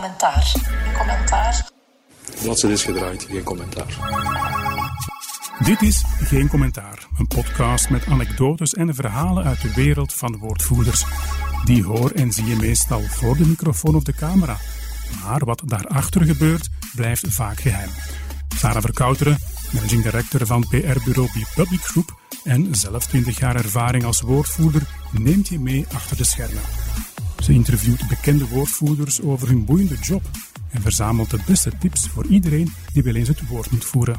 commentaar. Bladzijde is gedraaid, geen commentaar. Dit is Geen Commentaar, een podcast met anekdotes en verhalen uit de wereld van woordvoerders. Die hoor en zie je meestal voor de microfoon of de camera. Maar wat daarachter gebeurt, blijft vaak geheim. Sarah Verkouteren, managing director van PR-bureau Public Group en zelf 20 jaar ervaring als woordvoerder, neemt je mee achter de schermen. Ze interviewt bekende woordvoerders over hun boeiende job en verzamelt de beste tips voor iedereen die wel eens het woord moet voeren.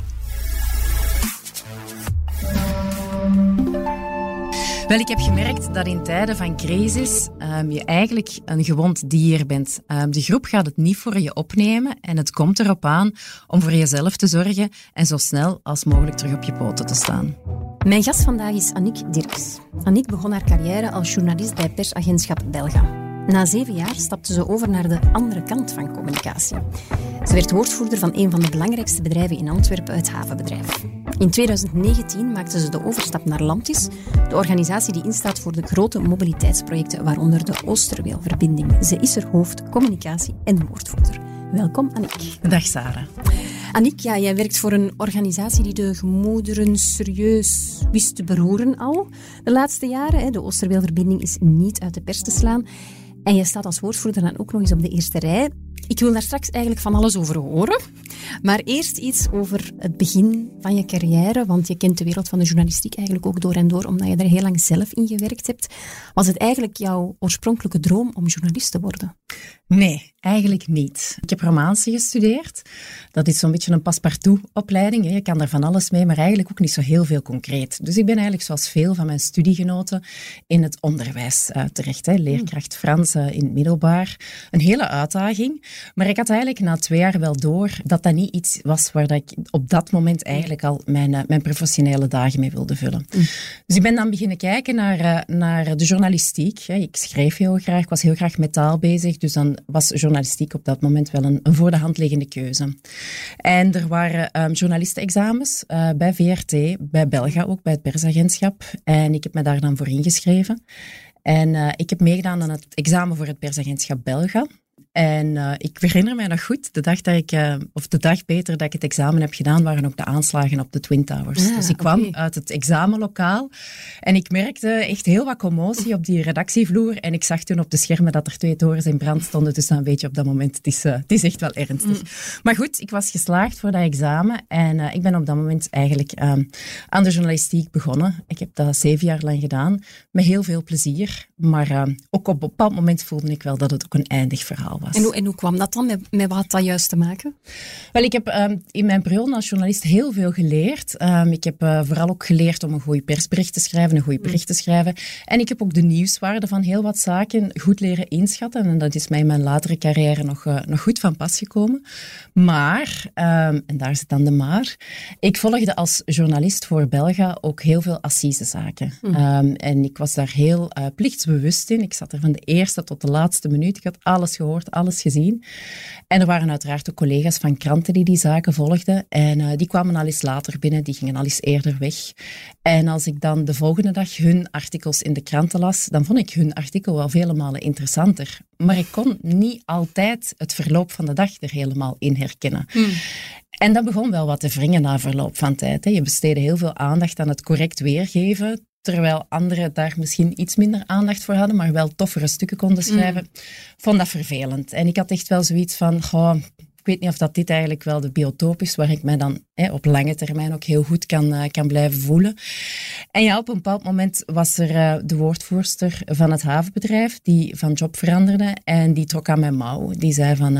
Wel, ik heb gemerkt dat in tijden van crisis je eigenlijk een gewond dier bent. De groep gaat het niet voor je opnemen en het komt erop aan om voor jezelf te zorgen en zo snel als mogelijk terug op je poten te staan. Mijn gast vandaag is Annick Dirks. Annick begon haar carrière als journalist bij persagentschap Belga. Na 7 jaar stapte ze over naar de andere kant van communicatie. Ze werd woordvoerder van een van de belangrijkste bedrijven in Antwerpen, het havenbedrijf. In 2019 maakte ze de overstap naar Lantis, de organisatie die instaat voor de grote mobiliteitsprojecten, waaronder de Oosterweelverbinding. Ze is er hoofd communicatie en woordvoerder. Welkom, Annick. Dag, Sarah. Annick, jij werkt voor een organisatie die de gemoederen serieus wist te beroeren al de laatste jaren. De Oosterweelverbinding is niet uit de pers te slaan. En je staat als woordvoerder dan ook nog eens op de eerste rij. Ik wil daar straks eigenlijk van alles over horen. Maar eerst iets over het begin van je carrière, want je kent de wereld van de journalistiek eigenlijk ook door en door, omdat je er heel lang zelf in gewerkt hebt. Was het eigenlijk jouw oorspronkelijke droom om journalist te worden? Nee, eigenlijk niet. Ik heb romantie gestudeerd. Dat is zo'n beetje een paspartout-opleiding. Je kan daar van alles mee, maar eigenlijk ook niet zo heel veel concreet. Dus ik ben eigenlijk zoals veel van mijn studiegenoten in het onderwijs terecht. Leerkracht Frans in het middelbaar. Een hele uitdaging. Maar ik had eigenlijk na 2 jaar wel door dat dat niet iets was waar dat ik op dat moment eigenlijk al mijn professionele dagen mee wilde vullen. Dus ik ben dan beginnen kijken naar de journalistiek. Ik schreef heel graag, ik was heel graag met taal bezig. Dus dan was journalistiek op dat moment wel een voor de hand liggende keuze. En er waren journalistenexamens bij VRT, bij Belga ook, bij het persagentschap. En ik heb me daar dan voor ingeschreven. En ik heb meegedaan aan het examen voor het persagentschap Belga. En ik herinner mij nog goed, de dag beter dat ik het examen heb gedaan, waren ook de aanslagen op de Twin Towers. Dus ik kwam uit het examenlokaal en ik merkte echt heel wat commotie op die redactievloer. En ik zag toen op de schermen dat er 2 torens in brand stonden. Dus dan weet je op dat moment, het is echt wel ernstig. Maar goed, ik was geslaagd voor dat examen en ik ben op dat moment eigenlijk aan de journalistiek begonnen. Ik heb dat 7 jaar lang gedaan, met heel veel plezier. Maar ook op een bepaald moment voelde ik wel dat het ook een eindig verhaal was. En hoe kwam dat dan? Met wat had dat juist te maken? Wel, ik heb in mijn periode als journalist heel veel geleerd. Ik heb vooral ook geleerd om een goed persbericht te schrijven, een goed bericht te schrijven. En ik heb ook de nieuwswaarde van heel wat zaken goed leren inschatten. En dat is mij in mijn latere carrière nog goed van pas gekomen. Maar, en daar zit dan de maar, ik volgde als journalist voor Belga ook heel veel assisezaken. En ik was daar heel plichtsbewust in. Ik zat er van de eerste tot de laatste minuut. Ik had alles gehoord, alles gezien. En er waren uiteraard ook collega's van kranten die zaken volgden. En die kwamen al eens later binnen, die gingen al eens eerder weg. En als ik dan de volgende dag hun artikels in de kranten las, dan vond ik hun artikel wel vele malen interessanter. Maar ik kon niet altijd het verloop van de dag er helemaal in herkennen. En dat begon wel wat te wringen na verloop van tijd. Je besteedde heel veel aandacht aan het correct weergeven, terwijl anderen daar misschien iets minder aandacht voor hadden, maar wel toffere stukken konden schrijven. Vond dat vervelend. En ik had echt wel zoiets van, ik weet niet of dat dit eigenlijk wel de biotoop is waar ik mij dan op lange termijn ook heel goed kan blijven voelen. En ja, op een bepaald moment was er de woordvoerster van het havenbedrijf die van job veranderde en die trok aan mijn mouw. Die zei van,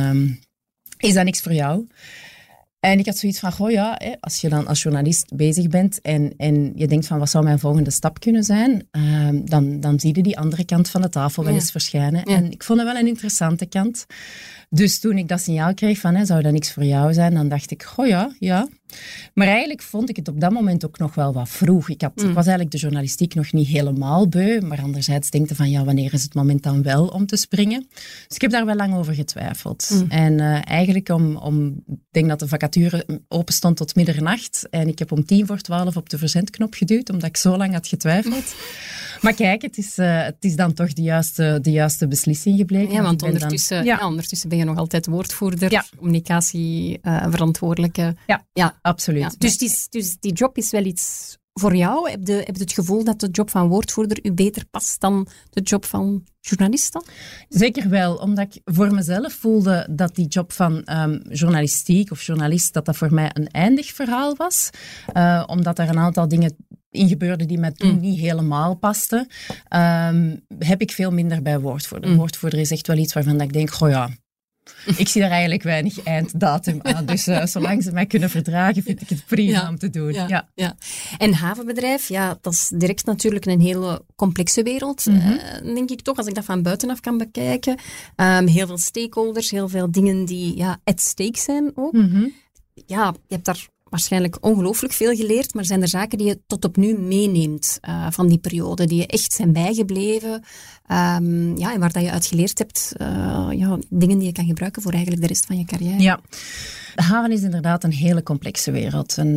is dat niks voor jou? En ik had zoiets van, als je dan als journalist bezig bent en je denkt van, wat zou mijn volgende stap kunnen zijn? Dan zie je die andere kant van de tafel wel eens verschijnen. Ja. En ik vond het wel een interessante kant. Dus toen ik dat signaal kreeg van, zou dat niks voor jou zijn? Dan dacht ik, Maar eigenlijk vond ik het op dat moment ook nog wel wat vroeg. Ik was eigenlijk de journalistiek nog niet helemaal beu, maar anderzijds denk je van, wanneer is het moment dan wel om te springen? Dus ik heb daar wel lang over getwijfeld. En eigenlijk ik denk dat de vacature open stond tot middernacht en ik heb om 11:10 op de verzendknop geduwd, omdat ik zo lang had getwijfeld. Maar kijk, het is dan toch de juiste beslissing gebleken. Ja, want ondertussen ben je nog altijd woordvoerder, communicatieverantwoordelijke. Ja, absoluut. Ja, dus die job is wel iets voor jou. Heb je het gevoel dat de job van woordvoerder u beter past dan de job van journalist dan? Zeker wel, omdat ik voor mezelf voelde dat die job van journalistiek of journalist, dat voor mij een eindig verhaal was. Omdat er een aantal dingen in gebeurde die mij toen niet helemaal pasten, heb ik veel minder bij woordvoerder. Woordvoerder is echt wel iets waarvan ik denk, ik zie daar eigenlijk weinig einddatum aan. Dus zolang ze mij kunnen verdragen, vind ik het prima om te doen. Ja. En havenbedrijf, dat is direct natuurlijk een hele complexe wereld. Denk ik toch, als ik dat van buitenaf kan bekijken. Heel veel stakeholders, heel veel dingen die at stake zijn ook. Je hebt daar waarschijnlijk ongelooflijk veel geleerd, maar zijn er zaken die je tot op nu meeneemt van die periode, die je echt zijn bijgebleven, en waar dat je uit geleerd hebt, dingen die je kan gebruiken voor eigenlijk de rest van je carrière? Ja. De haven is inderdaad een hele complexe wereld. Het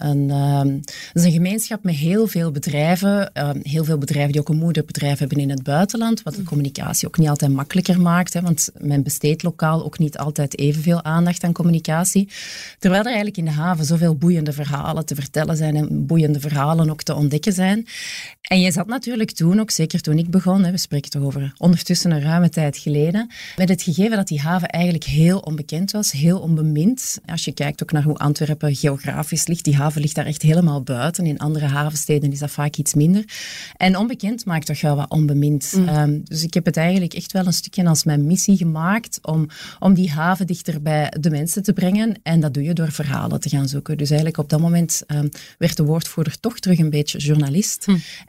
is een gemeenschap met heel veel bedrijven. Heel veel bedrijven die ook een moederbedrijf hebben in het buitenland, wat de communicatie ook niet altijd makkelijker maakt. Hè, want men besteedt lokaal ook niet altijd evenveel aandacht aan communicatie. Terwijl er eigenlijk in de haven zoveel boeiende verhalen te vertellen zijn en boeiende verhalen ook te ontdekken zijn. En je zat natuurlijk toen, ook zeker toen ik begon, we spreken toch over ondertussen een ruime tijd geleden, met het gegeven dat die haven eigenlijk heel onbekend was, heel onbemind. Als je kijkt ook naar hoe Antwerpen geografisch ligt, die haven ligt daar echt helemaal buiten. In andere havensteden is dat vaak iets minder. En onbekend maakt toch wel wat onbemind. Dus ik heb het eigenlijk echt wel een stukje als mijn missie gemaakt om die haven dichter bij de mensen te brengen. En dat doe je door verhalen te gaan zoeken. Dus eigenlijk op dat moment werd de woordvoerder toch terug een beetje journalist.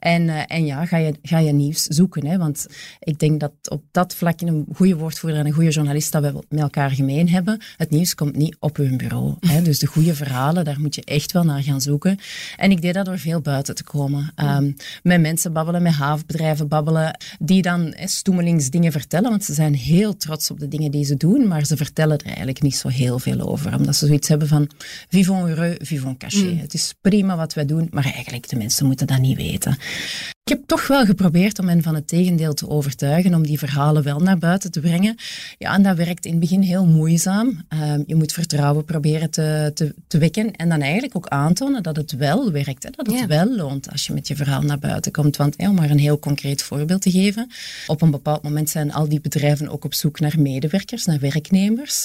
Ga je nieuws zoeken. Hè? Want ik denk dat op dat vlak een goede woordvoerder en een goede journalist dat we met elkaar gemeen hebben. Het nieuws komt niet op hun bureau. Hè? Dus de goede verhalen, daar moet je echt wel naar gaan zoeken. En ik deed dat door veel buiten te komen. Met mensen babbelen, met havenbedrijven babbelen, die dan stoemelings dingen vertellen, want ze zijn heel trots op de dingen die ze doen, maar ze vertellen er eigenlijk niet zo heel veel over. Omdat ze zoiets hebben van vivons heureux, vivons cachés. Het is prima wat wij doen, maar eigenlijk de mensen moeten dat niet weten. Ik heb toch wel geprobeerd om hen van het tegendeel te overtuigen, om die verhalen wel naar buiten te brengen. Ja, en dat werkt in het begin heel moeizaam. Je moet vertrouwen proberen te wekken en dan eigenlijk ook aantonen dat het wel werkt, hè, dat het wel loont als je met je verhaal naar buiten komt. Want om maar een heel concreet voorbeeld te geven, op een bepaald moment zijn al die bedrijven ook op zoek naar medewerkers, naar werknemers.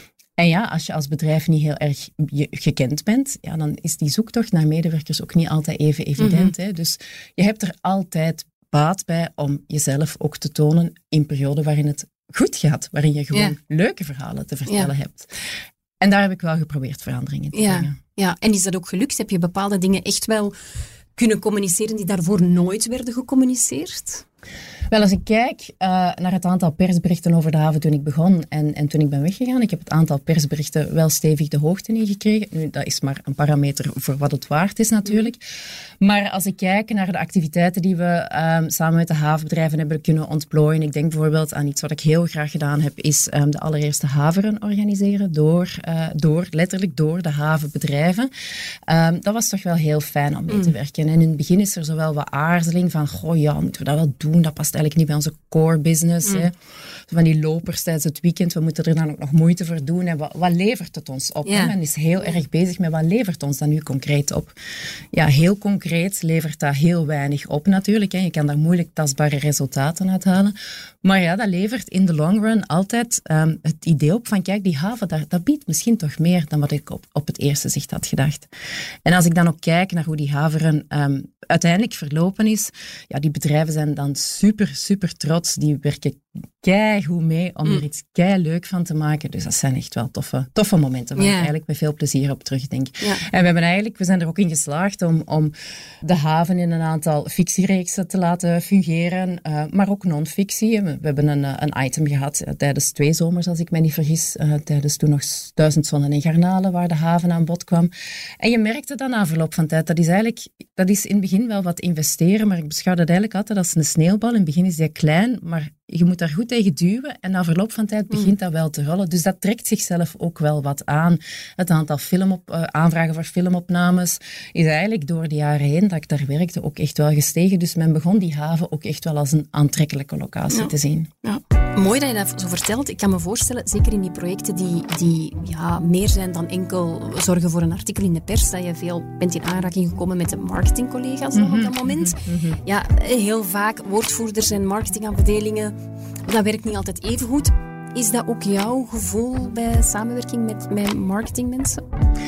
En als je als bedrijf niet heel erg gekend bent, dan is die zoektocht naar medewerkers ook niet altijd even evident. Hè? Dus je hebt er altijd baat bij om jezelf ook te tonen in perioden waarin het goed gaat, waarin je gewoon leuke verhalen te vertellen hebt. En daar heb ik wel geprobeerd veranderingen te brengen. Ja, en is dat ook gelukt? Heb je bepaalde dingen echt wel kunnen communiceren die daarvoor nooit werden gecommuniceerd? Wel, als ik kijk naar het aantal persberichten over de haven toen ik begon en toen ik ben weggegaan, ik heb het aantal persberichten wel stevig de hoogte ingekregen. Nu, dat is maar een parameter voor wat het waard is natuurlijk. Maar als ik kijk naar de activiteiten die we samen met de havenbedrijven hebben kunnen ontplooien, ik denk bijvoorbeeld aan iets wat ik heel graag gedaan heb, is de allereerste haveren organiseren letterlijk door de havenbedrijven. Dat was toch wel heel fijn om mee te werken. En in het begin is er zowel wat aarzeling van, moeten we dat wel doen? Dat past eigenlijk niet bij onze core business. Hè. Van die lopers tijdens het weekend, we moeten er dan ook nog moeite voor doen. En wat levert het ons op? Men is heel erg bezig met wat levert ons dan nu concreet op? Ja, heel concreet levert dat heel weinig op natuurlijk. Hè. Je kan daar moeilijk tastbare resultaten uit halen. Maar dat levert in de long run altijd het idee op van, kijk, die haven, dat biedt misschien toch meer dan wat ik op het eerste zicht had gedacht. En als ik dan ook kijk naar hoe die haveren uiteindelijk verlopen is, die bedrijven zijn dan super, super trots. Die werken keigoed mee om er iets keileuk van te maken. Dus dat zijn echt wel toffe momenten waar ik eigenlijk met veel plezier op terugdenk. Ja. En we zijn er ook in geslaagd om de haven in een aantal fictiereeksen te laten fungeren, maar ook non-fictie. We hebben een item gehad tijdens 2 zomers, als ik me niet vergis, tijdens toen nog 1000 zonnen en garnalen, waar de haven aan bod kwam. En je merkte dan na verloop van tijd, dat is in het begin wel wat investeren, maar ik beschouw dat eigenlijk altijd als een sneeuwbal. In het begin is die klein, maar je moet daar goed tegen duwen en na verloop van tijd begint dat wel te rollen. Dus dat trekt zichzelf ook wel wat aan. Het aantal aanvragen voor filmopnames is eigenlijk door de jaren heen dat ik daar werkte ook echt wel gestegen. Dus men begon die haven ook echt wel als een aantrekkelijke locatie te zien. Ja. Mooi dat je dat zo vertelt. Ik kan me voorstellen, zeker in die projecten die meer zijn dan enkel zorgen voor een artikel in de pers, dat je veel bent in aanraking gekomen met de marketingcollega's op dat moment. Ja, heel vaak woordvoerders en marketingafdelingen, dat werkt niet altijd even goed. Is dat ook jouw gevoel bij samenwerking met marketingmensen?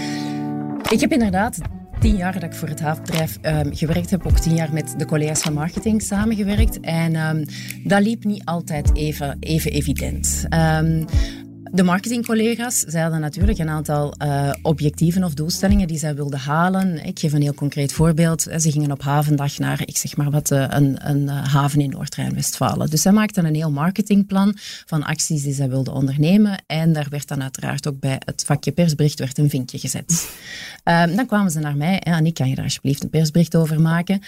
Ik heb inderdaad 10 jaar dat ik voor het havenbedrijf gewerkt heb, ook 10 jaar met de collega's van marketing samengewerkt. En dat liep niet altijd even evident. De marketingcollega's, zij hadden natuurlijk een aantal objectieven of doelstellingen die zij wilden halen. Ik geef een heel concreet voorbeeld. Ze gingen op havendag naar, ik zeg maar wat, een haven in Noord-Rijn-Westfalen. Dus zij maakten een heel marketingplan van acties die zij wilden ondernemen. En daar werd dan uiteraard ook bij het vakje persbericht werd een vinkje gezet. Dan kwamen ze naar mij. Annick, kan je daar alsjeblieft een persbericht over maken?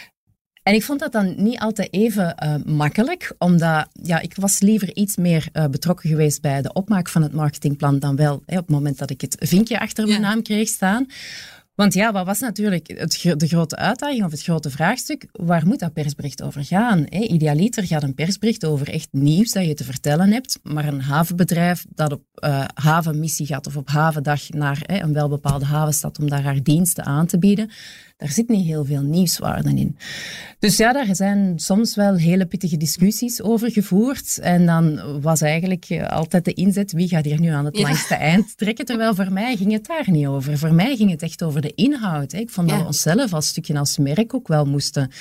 En ik vond dat dan niet altijd even makkelijk, omdat ik was liever iets meer betrokken geweest bij de opmaak van het marketingplan dan wel op het moment dat ik het vinkje achter mijn naam kreeg staan. Want wat was natuurlijk de grote uitdaging of het grote vraagstuk? Waar moet dat persbericht over gaan? Idealiter gaat een persbericht over echt nieuws dat je te vertellen hebt, maar een havenbedrijf dat op havenmissie gaat of op havendag naar een welbepaalde havenstad om daar haar diensten aan te bieden, daar zit niet heel veel nieuwswaarde in. Dus daar zijn soms wel hele pittige discussies over gevoerd. En dan was eigenlijk altijd de inzet, wie gaat hier nu aan het langste eind trekken? Terwijl voor mij ging het daar niet over. Voor mij ging het echt over de inhoud. Ik vond dat we onszelf als stukje als merk ook wel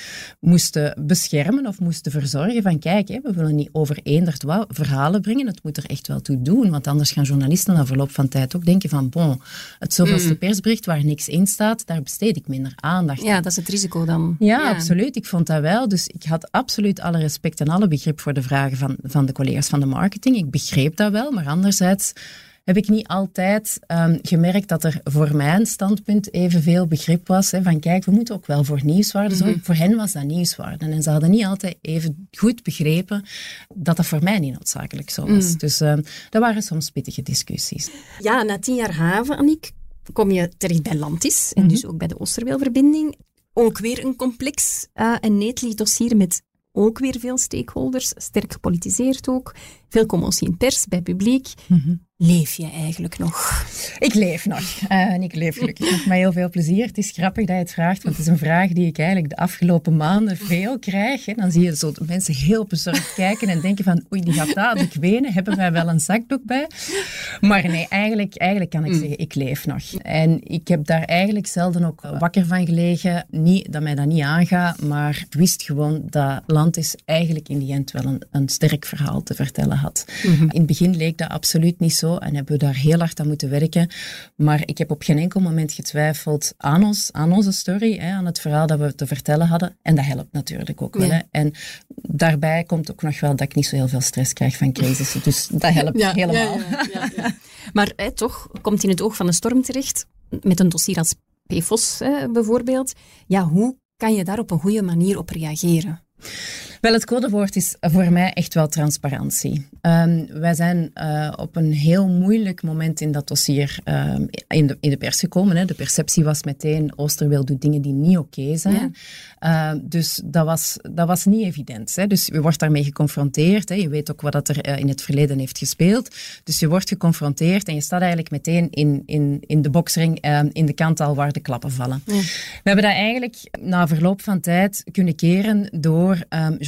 moesten beschermen of moesten verzorgen van kijk, we willen niet over eenderd wat verhalen brengen. Het moet er echt wel toe doen, want anders gaan journalisten na verloop van tijd ook denken van het zoveelste persbericht waar niks in staat, daar besteed ik minder aandacht. Ja, dat is het risico dan. Ja, absoluut. Ik vond dat wel. Dus ik had absoluut alle respect en alle begrip voor de vragen van de collega's van de marketing. Ik begreep dat wel, maar anderzijds heb ik niet altijd gemerkt dat er voor mijn standpunt evenveel begrip was. Van kijk, we moeten ook wel voor nieuwswaarde zorgen. Voor hen was dat nieuwswaarde. En ze hadden niet altijd even goed begrepen dat dat voor mij niet noodzakelijk zo was. Dus dat waren soms pittige discussies. Ja, na 10 jaar haven, Annick, kom je terecht bij Lantis en dus ook bij de Oosterweelverbinding. Ook weer een complex en neetlig dossier met ook weer veel stakeholders, sterk gepolitiseerd ook, veel commotie in pers, bij publiek. Leef je eigenlijk nog? Ik leef nog. En ik leef gelukkig nog met heel veel plezier. Het is grappig dat je het vraagt, want het is een vraag die ik eigenlijk de afgelopen maanden veel krijg. Dan zie je zo mensen heel bezorgd kijken en denken van oei, die gaat dadelijk wenen. Hebben wij wel een zakdoek bij? Maar nee, eigenlijk kan ik zeggen, ik leef nog. En ik heb daar eigenlijk zelden ook wakker van gelegen. Niet dat mij dat niet aangaat, maar ik wist gewoon dat Lantis eigenlijk in die end wel een sterk verhaal te vertellen had. In het begin leek dat absoluut niet zo en hebben we daar heel hard aan moeten werken. Maar ik heb op geen enkel moment getwijfeld aan onze story, aan het verhaal dat we te vertellen hadden. En dat helpt natuurlijk ook wel. En daarbij komt ook nog wel dat ik niet zo heel veel stress krijg van crisissen. Dus dat helpt helemaal. Ja. Maar toch komt in het oog van de storm terecht, met een dossier als PFOS bijvoorbeeld. Ja, hoe kan je daar op een goede manier op reageren? Wel, het codewoord is voor mij echt wel transparantie. Wij zijn op een heel moeilijk moment in dat dossier in de pers gekomen. De perceptie was meteen, Oosterweel doet dingen die niet oké zijn. Ja. Dus dat was niet evident. Dus je wordt daarmee geconfronteerd. Je weet ook wat er in het verleden heeft gespeeld. Dus je wordt geconfronteerd en je staat eigenlijk meteen in de boksring, in de kant al waar de klappen vallen. Ja. We hebben dat eigenlijk na verloop van tijd kunnen keren door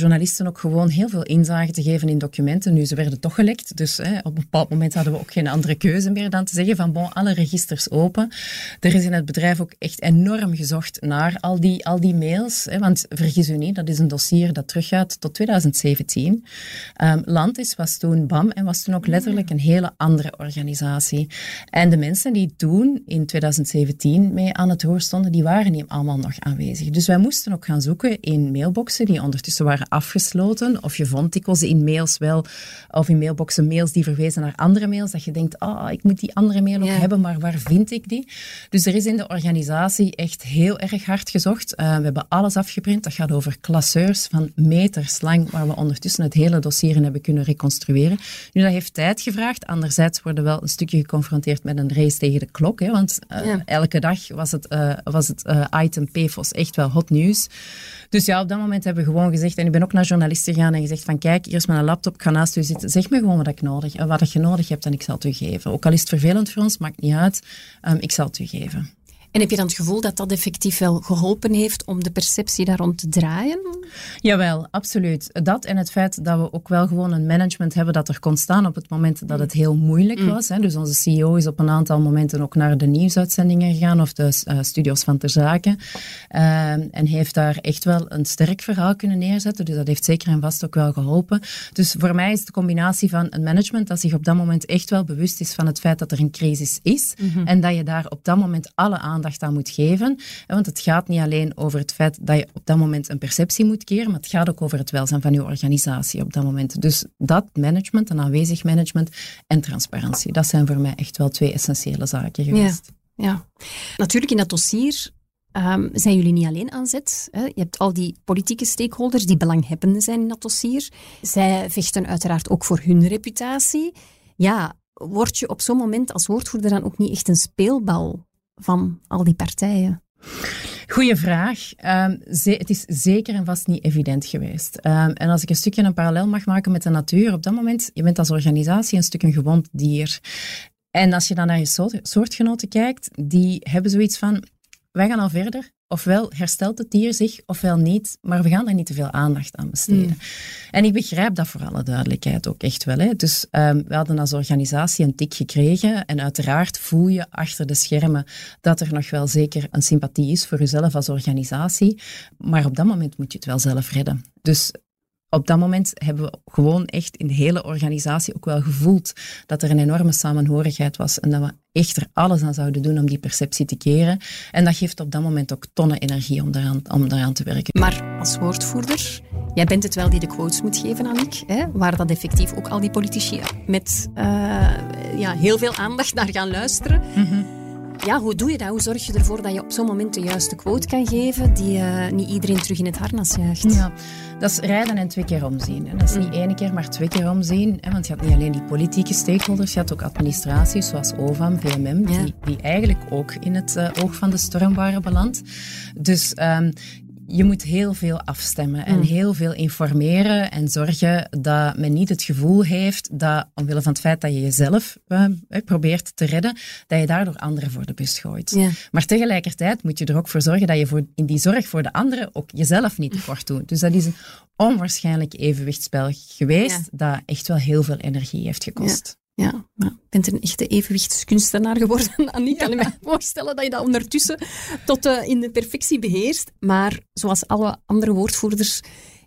journalisten ook gewoon heel veel inzage te geven in documenten. Nu, ze werden toch gelekt, dus op een bepaald moment hadden we ook geen andere keuze meer dan te zeggen van bon, alle registers open. Er is in het bedrijf ook echt enorm gezocht naar al die mails, want vergis u niet, dat is een dossier dat teruggaat tot 2017. Landis was toen BAM en was toen ook letterlijk een hele andere organisatie. En de mensen die toen in 2017 mee aan het roer stonden, die waren niet allemaal nog aanwezig. Dus wij moesten ook gaan zoeken in mailboxen die ondertussen waren afgesloten. Of je vond dikwijls in mails wel, of in mailboxen mails die verwezen naar andere mails, dat je denkt, ik moet die andere mail ook hebben, maar waar vind ik die? Dus er is in de organisatie echt heel erg hard gezocht. We hebben alles afgeprint. Dat gaat over klasseurs van meters lang, waar we ondertussen het hele dossier in hebben kunnen reconstrueren. Nu, dat heeft tijd gevraagd. Anderzijds worden we wel een stukje geconfronteerd met een race tegen de klok, want elke dag was het item PFOS echt wel hot nieuws. Dus ja, op dat moment hebben we gewoon gezegd, en ik ben ook naar journalisten gegaan en gezegd van kijk, hier is mijn laptop, ik ga naast u zitten, zeg me gewoon wat je nodig hebt en ik zal het u geven. Ook al is het vervelend voor ons, maakt niet uit, ik zal het u geven. En heb je dan het gevoel dat dat effectief wel geholpen heeft om de perceptie daar rond te draaien? Jawel, absoluut. Dat en het feit dat we ook wel gewoon een management hebben dat er kon staan op het moment dat het heel moeilijk was. Dus onze CEO is op een aantal momenten ook naar de nieuwsuitzendingen gegaan of de studio's van ter zake. En heeft daar echt wel een sterk verhaal kunnen neerzetten. Dus dat heeft zeker en vast ook wel geholpen. Dus voor mij is het de combinatie van een management dat zich op dat moment echt wel bewust is van het feit dat er een crisis is. En dat je daar op dat moment alle aandacht aan moet geven. Want het gaat niet alleen over het feit dat je op dat moment een perceptie moet keren, maar het gaat ook over het welzijn van je organisatie op dat moment. Dus dat management, een aanwezig management en transparantie, dat zijn voor mij echt wel 2 essentiële zaken geweest. Ja. Natuurlijk in dat dossier zijn jullie niet alleen aan zet. Hè? Je hebt al die politieke stakeholders die belanghebbenden zijn in dat dossier. Zij vechten uiteraard ook voor hun reputatie. Ja, word je op zo'n moment als woordvoerder dan ook niet echt een speelbal van al die partijen? Goeie vraag. Het is zeker en vast niet evident geweest. En als ik een stukje een parallel mag maken met de natuur, op dat moment, je bent als organisatie een stuk een gewond dier. En als je dan naar je soortgenoten kijkt, die hebben zoiets van, wij gaan al verder. Ofwel herstelt het dier zich, ofwel niet, maar we gaan daar niet te veel aandacht aan besteden. En ik begrijp dat voor alle duidelijkheid ook echt wel. Hè. Dus we hadden als organisatie een tik gekregen en uiteraard voel je achter de schermen dat er nog wel zeker een sympathie is voor jezelf als organisatie, maar op dat moment moet je het wel zelf redden. Dus op dat moment hebben we gewoon echt in de hele organisatie ook wel gevoeld dat er een enorme samenhorigheid was en dat we echt er alles aan zouden doen om die perceptie te keren. En dat geeft op dat moment ook tonnen energie om daaraan te werken. Maar als woordvoerder, jij bent het wel die de quotes moet geven, Annick, hè? Waar dat effectief ook al die politici met heel veel aandacht naar gaan luisteren. Ja, hoe doe je dat? Hoe zorg je ervoor dat je op zo'n moment de juiste quote kan geven die niet iedereen terug in het harnas jaagt? Ja, dat is rijden en 2 keer omzien. Hè. Dat is niet 1 keer, maar 2 keer omzien. Hè, want je had niet alleen die politieke stakeholders, je had ook administraties zoals OVAM, VMM, die eigenlijk ook in het oog van de storm waren beland. Dus je moet heel veel afstemmen en heel veel informeren en zorgen dat men niet het gevoel heeft dat, omwille van het feit dat je jezelf probeert te redden, dat je daardoor anderen voor de bus gooit. Ja. Maar tegelijkertijd moet je er ook voor zorgen dat je in die zorg voor de anderen ook jezelf niet tekort doet. Dus dat is een onwaarschijnlijk evenwichtsspel geweest dat echt wel heel veel energie heeft gekost. Ja, je bent een echte evenwichtskunstenaar geworden, Annick. Kan je me voorstellen dat je dat ondertussen tot in de perfectie beheerst. Maar zoals alle andere woordvoerders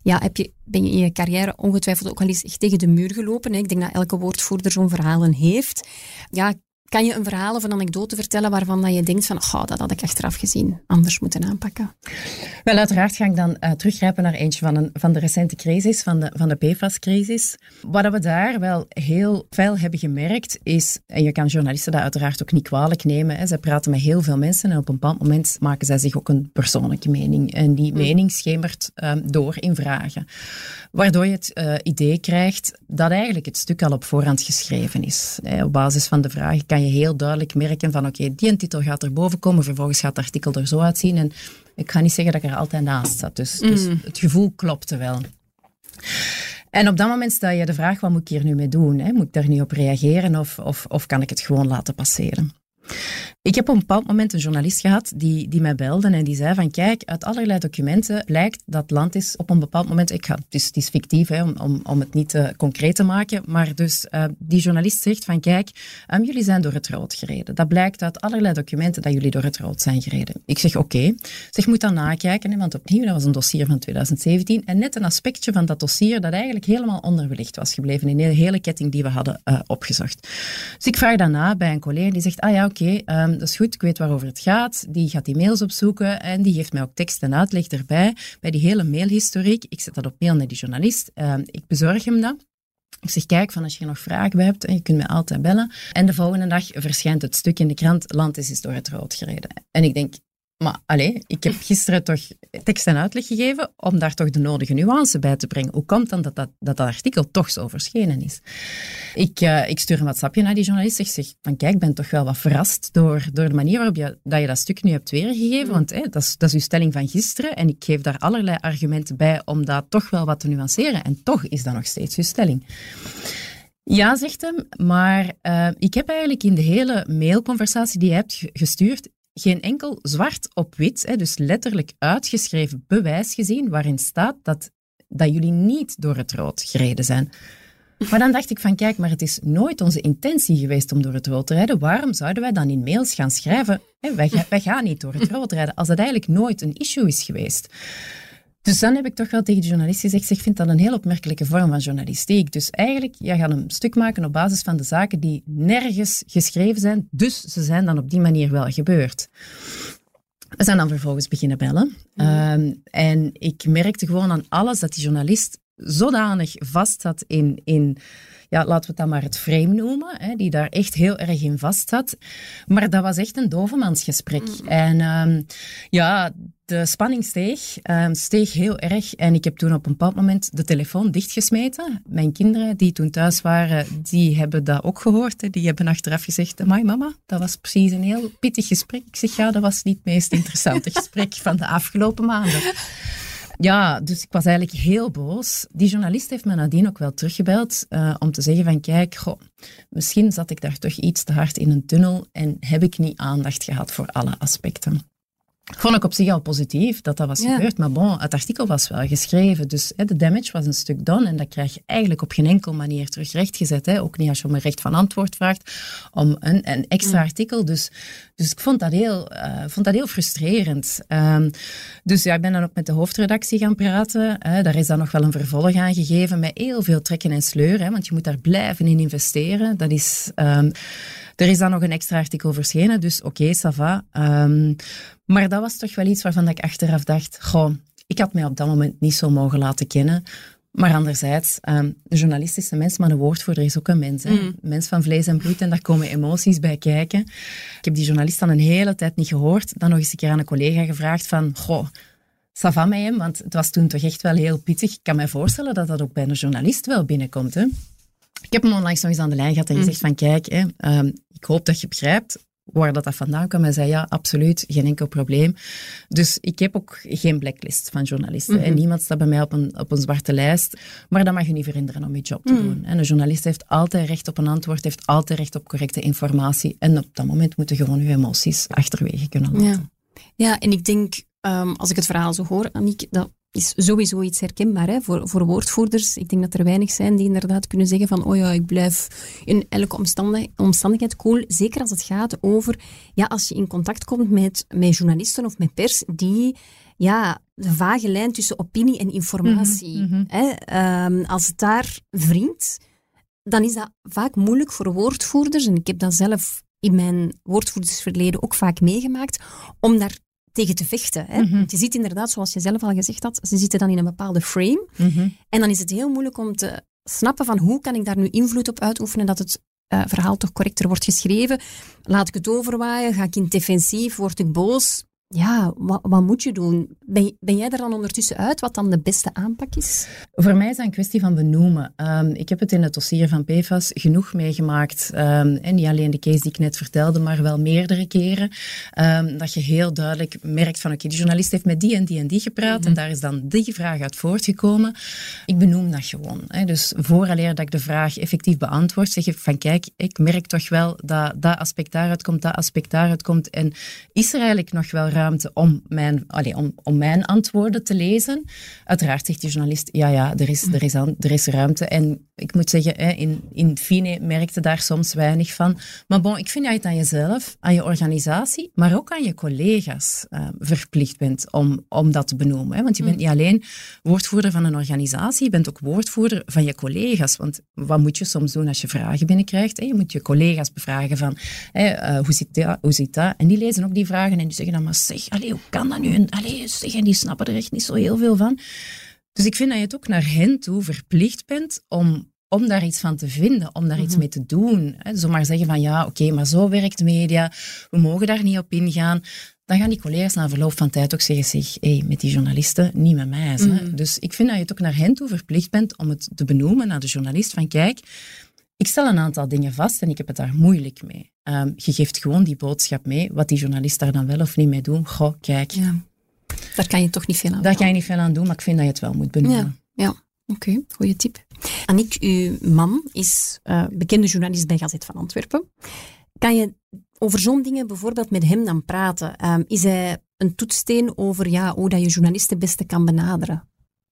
ben je in je carrière ongetwijfeld ook al eens echt tegen de muur gelopen. Hè? Ik denk dat elke woordvoerder zo'n verhalen heeft. Ja, kan je een verhaal of een anekdote vertellen waarvan dat je denkt van, dat had ik achteraf gezien anders moeten aanpakken? Wel, uiteraard ga ik dan teruggrijpen naar eentje van de recente crisis, van de PFAS-crisis. Wat we daar wel heel fel hebben gemerkt is, en je kan journalisten dat uiteraard ook niet kwalijk nemen, hè, zij praten met heel veel mensen en op een bepaald moment maken zij zich ook een persoonlijke mening. En die mening schemert door in vragen. Waardoor je het idee krijgt dat eigenlijk het stuk al op voorhand geschreven is. Op basis van de vragen kan je heel duidelijk merken van oké, die titel gaat er boven komen, vervolgens gaat het artikel er zo uitzien. En ik ga niet zeggen dat ik er altijd naast zat. Dus het gevoel klopte wel. En op dat moment stel je de vraag, wat moet ik hier nu mee doen? Hè? Moet ik daar nu op reageren of kan ik het gewoon laten passeren? Ik heb op een bepaald moment een journalist gehad die mij belde en die zei van kijk, uit allerlei documenten blijkt dat Lantis op een bepaald moment, het is fictief om het niet concreet te maken, maar dus die journalist zegt van kijk, jullie zijn door het rood gereden. Dat blijkt uit allerlei documenten dat jullie door het rood zijn gereden. Ik zeg oké. Zeg, moet dan nakijken, want opnieuw, dat was een dossier van 2017 en net een aspectje van dat dossier dat eigenlijk helemaal onderbelicht was gebleven in de hele ketting die we hadden opgezocht. Dus ik vraag daarna bij een collega die zegt, oké, dat is goed, ik weet waarover het gaat. Die gaat die mails opzoeken en die geeft mij ook tekst en uitleg erbij. Bij die hele mailhistoriek, ik zet dat op mail naar die journalist, ik bezorg hem dat. Ik zeg, kijk, van als je nog vragen bij hebt, je kunt mij altijd bellen. En de volgende dag verschijnt het stuk in de krant, Lantis is door het rood gereden. En ik denk, maar ik heb gisteren toch tekst en uitleg gegeven om daar toch de nodige nuance bij te brengen. Hoe komt dan dat artikel toch zo verschenen is? Ik stuur een WhatsAppje naar die journalist. Ik zeg van kijk, ik ben toch wel wat verrast door de manier waarop dat je dat stuk nu hebt weergegeven. Want dat is uw stelling van gisteren. En ik geef daar allerlei argumenten bij om dat toch wel wat te nuanceren. En toch is dat nog steeds uw stelling. Ja, zegt hem, maar ik heb eigenlijk in de hele mailconversatie die je hebt gestuurd geen enkel zwart op wit, dus letterlijk uitgeschreven bewijs gezien waarin staat dat jullie niet door het rood gereden zijn. Maar dan dacht ik van kijk, maar het is nooit onze intentie geweest om door het rood te rijden. Waarom zouden wij dan in mails gaan schrijven, wij gaan niet door het rood rijden, als dat eigenlijk nooit een issue is geweest? Dus dan heb ik toch wel tegen de journalist gezegd, ik vind dat een heel opmerkelijke vorm van journalistiek. Dus eigenlijk, je gaat een stuk maken op basis van de zaken die nergens geschreven zijn, dus ze zijn dan op die manier wel gebeurd. We zijn dan vervolgens beginnen bellen. En ik merkte gewoon aan alles dat die journalist zodanig vast zat in laten we het dan maar het frame noemen, die daar echt heel erg in vast zat. Maar dat was echt een dovenmansgesprek. En de spanning steeg heel erg. En ik heb toen op een bepaald moment de telefoon dichtgesmeten. Mijn kinderen die toen thuis waren, die hebben dat ook gehoord. Die hebben achteraf gezegd, amai mama, dat was precies een heel pittig gesprek. Ik zeg, dat was niet het meest interessante gesprek van de afgelopen maanden. Ja, dus ik was eigenlijk heel boos. Die journalist heeft me nadien ook wel teruggebeld om te zeggen van kijk, misschien zat ik daar toch iets te hard in een tunnel en heb ik niet aandacht gehad voor alle aspecten. Vond ik op zich al positief dat was gebeurd, maar bon, het artikel was wel geschreven, dus de damage was een stuk done en dat krijg je eigenlijk op geen enkele manier terug rechtgezet. Ook niet als je om een recht van antwoord vraagt, om een extra artikel. Dus ik vond dat heel frustrerend. Dus ik ben dan ook met de hoofdredactie gaan praten. Daar is dan nog wel een vervolg aan gegeven met heel veel trekken en sleuren, want je moet daar blijven in investeren. Dat is... Er is dan nog een extra artikel verschenen, dus oké, ça va. Maar dat was toch wel iets waarvan ik achteraf dacht, ik had mij op dat moment niet zo mogen laten kennen. Maar anderzijds, de journalist is een mens, maar een woordvoerder is ook een mens. Een mens van vlees en bloed en daar komen emoties bij kijken. Ik heb die journalist dan een hele tijd niet gehoord. Dan nog eens een keer aan een collega gevraagd van, ça va met hem, want het was toen toch echt wel heel pittig. Ik kan me voorstellen dat dat ook bij een journalist wel binnenkomt, hè. Ik heb hem onlangs nog eens aan de lijn gehad en gezegd van kijk, ik hoop dat je begrijpt waar dat vandaan kwam. Hij zei ja, absoluut, geen enkel probleem. Dus ik heb ook geen blacklist van journalisten. Niemand staat bij mij op een zwarte lijst, maar dat mag je niet verhinderen om je job te doen. En een journalist heeft altijd recht op een antwoord, heeft altijd recht op correcte informatie en op dat moment moeten gewoon je emoties achterwege kunnen laten. Ja, en ik denk, als ik het verhaal zo hoor, Aniek, dat is sowieso iets herkenbaar voor woordvoerders. Ik denk dat er weinig zijn die inderdaad kunnen zeggen van ik blijf in elke omstandigheid cool. Zeker als het gaat over, als je in contact komt met journalisten of met pers die de vage lijn tussen opinie en informatie. Als het daar wringt, dan is dat vaak moeilijk voor woordvoerders. En ik heb dat zelf in mijn woordvoerdersverleden ook vaak meegemaakt, om daar tegen te vechten. Want je ziet inderdaad, zoals je zelf al gezegd had, ze zitten dan in een bepaalde frame. En dan is het heel moeilijk om te snappen van hoe kan ik daar nu invloed op uitoefenen dat het verhaal toch correcter wordt geschreven. Laat ik het overwaaien? Ga ik in het defensief? Word ik boos? wat moet je doen? Ben jij er dan ondertussen uit wat dan de beste aanpak is? Voor mij is dat een kwestie van benoemen. Ik heb het in het dossier van PFAS genoeg meegemaakt. En niet alleen de case die ik net vertelde, maar wel meerdere keren. Dat je heel duidelijk merkt van oké, die journalist heeft met die en die en die gepraat en daar is dan die vraag uit voortgekomen. Ik benoem dat gewoon. Dus vooraleer dat ik de vraag effectief beantwoord, zeg ik van kijk, ik merk toch wel dat dat aspect daaruit komt, dat aspect daaruit komt. En is er eigenlijk nog wel ruimte om mijn antwoorden te lezen? Uiteraard zegt die journalist, ja, er is ruimte. En ik moet zeggen, in fine merkte daar soms weinig van. Maar bon, ik vind dat je het aan jezelf, aan je organisatie, maar ook aan je collega's verplicht bent om dat te benoemen. Want je bent niet alleen woordvoerder van een organisatie, je bent ook woordvoerder van je collega's. Want wat moet je soms doen als je vragen binnenkrijgt? Je moet je collega's bevragen van, hoe zit dat? En die lezen ook die vragen en die zeggen dan maar, zeg, hoe kan dat nu? En die snappen er echt niet zo heel veel van. Dus ik vind dat je het ook naar hen toe verplicht bent om daar iets van te vinden, om daar iets mee te doen. Zomaar zeggen van, maar zo werkt media, we mogen daar niet op ingaan. Dan gaan die collega's na verloop van tijd ook zeggen, met die journalisten, niet met mij. Dus ik vind dat je het ook naar hen toe verplicht bent om het te benoemen naar de journalist van, kijk, ik stel een aantal dingen vast en ik heb het daar moeilijk mee. Je geeft gewoon die boodschap mee, wat die journalist daar dan wel of niet mee doet. Goh, kijk. Ja. Daar kan je toch niet veel aan doen. Daar kan je niet veel aan doen, maar ik vind dat je het wel moet benoemen. Ja. Oké, goede tip. Annick, uw man is bekende journalist bij Gazet van Antwerpen. Kan je over zo'n dingen bijvoorbeeld met hem dan praten? Is hij een toetssteen over hoe dat je journalisten het beste kan benaderen?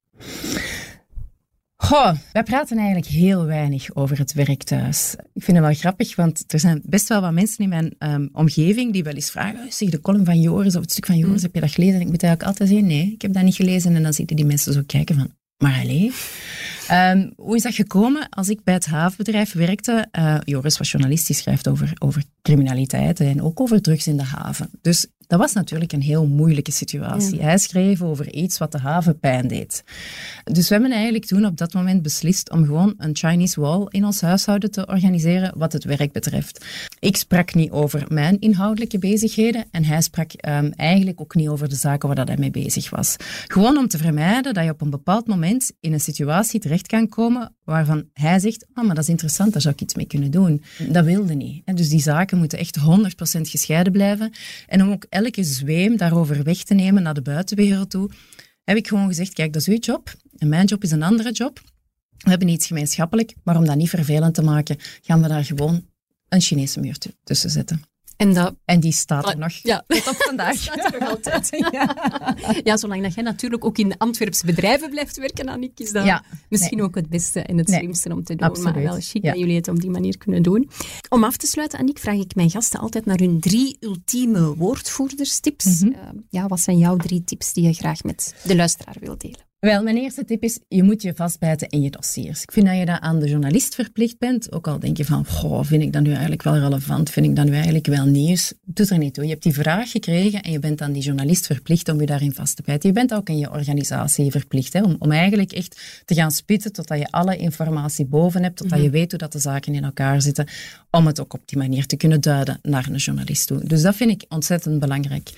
Wij praten eigenlijk heel weinig over het werk thuis. Ik vind het wel grappig, want er zijn best wel wat mensen in mijn omgeving die wel eens vragen, zeg, de column van Joris of het stuk van Joris, heb je dat gelezen? En ik moet eigenlijk altijd zeggen, nee, ik heb dat niet gelezen. En dan zitten die mensen zo kijken van, maar allee. Hoe is dat gekomen? Als ik bij het havenbedrijf werkte, Joris was journalist, die schrijft over criminaliteit en ook over drugs in de haven. Dus dat was natuurlijk een heel moeilijke situatie. Ja. Hij schreef over iets wat de haven pijn deed. Dus we hebben eigenlijk toen op dat moment beslist om gewoon een Chinese wall in ons huishouden te organiseren wat het werk betreft. Ik sprak niet over mijn inhoudelijke bezigheden en hij sprak eigenlijk ook niet over de zaken waar hij mee bezig was. Gewoon om te vermijden dat je op een bepaald moment in een situatie terecht kan komen waarvan hij zegt, maar dat is interessant, daar zou ik iets mee kunnen doen. Dat wilde niet. En dus die zaken moeten echt 100% gescheiden blijven. En om ook elke zweem daarover weg te nemen naar de buitenwereld toe, heb ik gewoon gezegd, kijk, dat is uw job en mijn job is een andere job. We hebben iets gemeenschappelijk, maar om dat niet vervelend te maken, gaan we daar gewoon een Chinese muur tussen zetten. En die staat er nog tot op vandaag. Staat er nog altijd. Ja, zolang dat jij natuurlijk ook in de Antwerpse bedrijven blijft werken, Annick, is dat misschien ook het beste en het slimste om te doen. Absoluut. Maar wel chic dat jullie het op die manier kunnen doen. Om af te sluiten, Annick, vraag ik mijn gasten altijd naar hun 3 ultieme woordvoerderstips. Wat zijn jouw 3 tips die je graag met de luisteraar wilt delen? Wel, mijn eerste tip is, je moet je vastbijten in je dossiers. Ik vind dat je dat aan de journalist verplicht bent. Ook al denk je van, vind ik dat nu eigenlijk wel relevant? Vind ik dat nu eigenlijk wel nieuws? Doet er niet toe. Je hebt die vraag gekregen en je bent aan die journalist verplicht om je daarin vast te bijten. Je bent ook in je organisatie verplicht, om eigenlijk echt te gaan spitten totdat je alle informatie boven hebt, totdat je weet hoe dat de zaken in elkaar zitten, om het ook op die manier te kunnen duiden naar een journalist toe. Dus dat vind ik ontzettend belangrijk.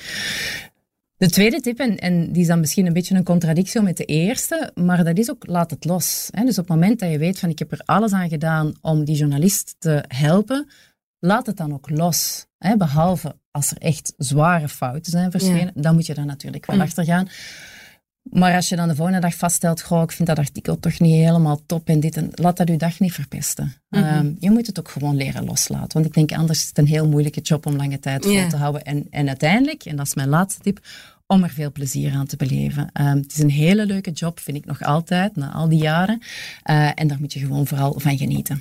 De tweede tip, en die is dan misschien een beetje een contradictie met de eerste, maar dat is ook, laat het los. Dus op het moment dat je weet van, ik heb er alles aan gedaan om die journalist te helpen, laat het dan ook los. Behalve als er echt zware fouten zijn verschenen, dan moet je daar natuurlijk wel achter gaan. Maar als je dan de volgende dag vaststelt, ik vind dat artikel toch niet helemaal top en dit, en laat dat je dag niet verpesten. Je moet het ook gewoon leren loslaten. Want ik denk, anders is het een heel moeilijke job om lange tijd vol te houden. En uiteindelijk, en dat is mijn laatste tip, om er veel plezier aan te beleven. Het is een hele leuke job, vind ik nog altijd, na al die jaren. En daar moet je gewoon vooral van genieten.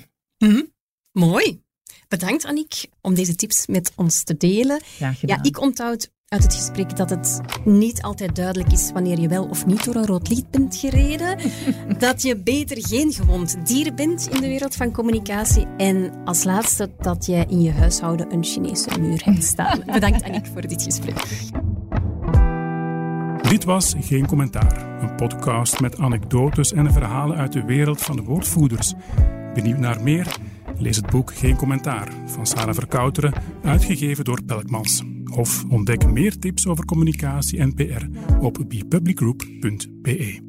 Mooi. Bedankt, Annick, om deze tips met ons te delen. Graag gedaan. Ja, ik onthoud uit het gesprek dat het niet altijd duidelijk is wanneer je wel of niet door een rood licht bent gereden. Dat je beter geen gewond dier bent in de wereld van communicatie. En als laatste dat jij in je huishouden een Chinese muur hebt staan. Bedankt, Annick, voor dit gesprek. Dit was Geen Commentaar, een podcast met anekdotes en verhalen uit de wereld van de woordvoerders. Benieuwd naar meer? Lees het boek Geen Commentaar van Sarah Verkouteren, uitgegeven door Pelkmans. Of ontdek meer tips over communicatie en PR op bepublicgroup.be.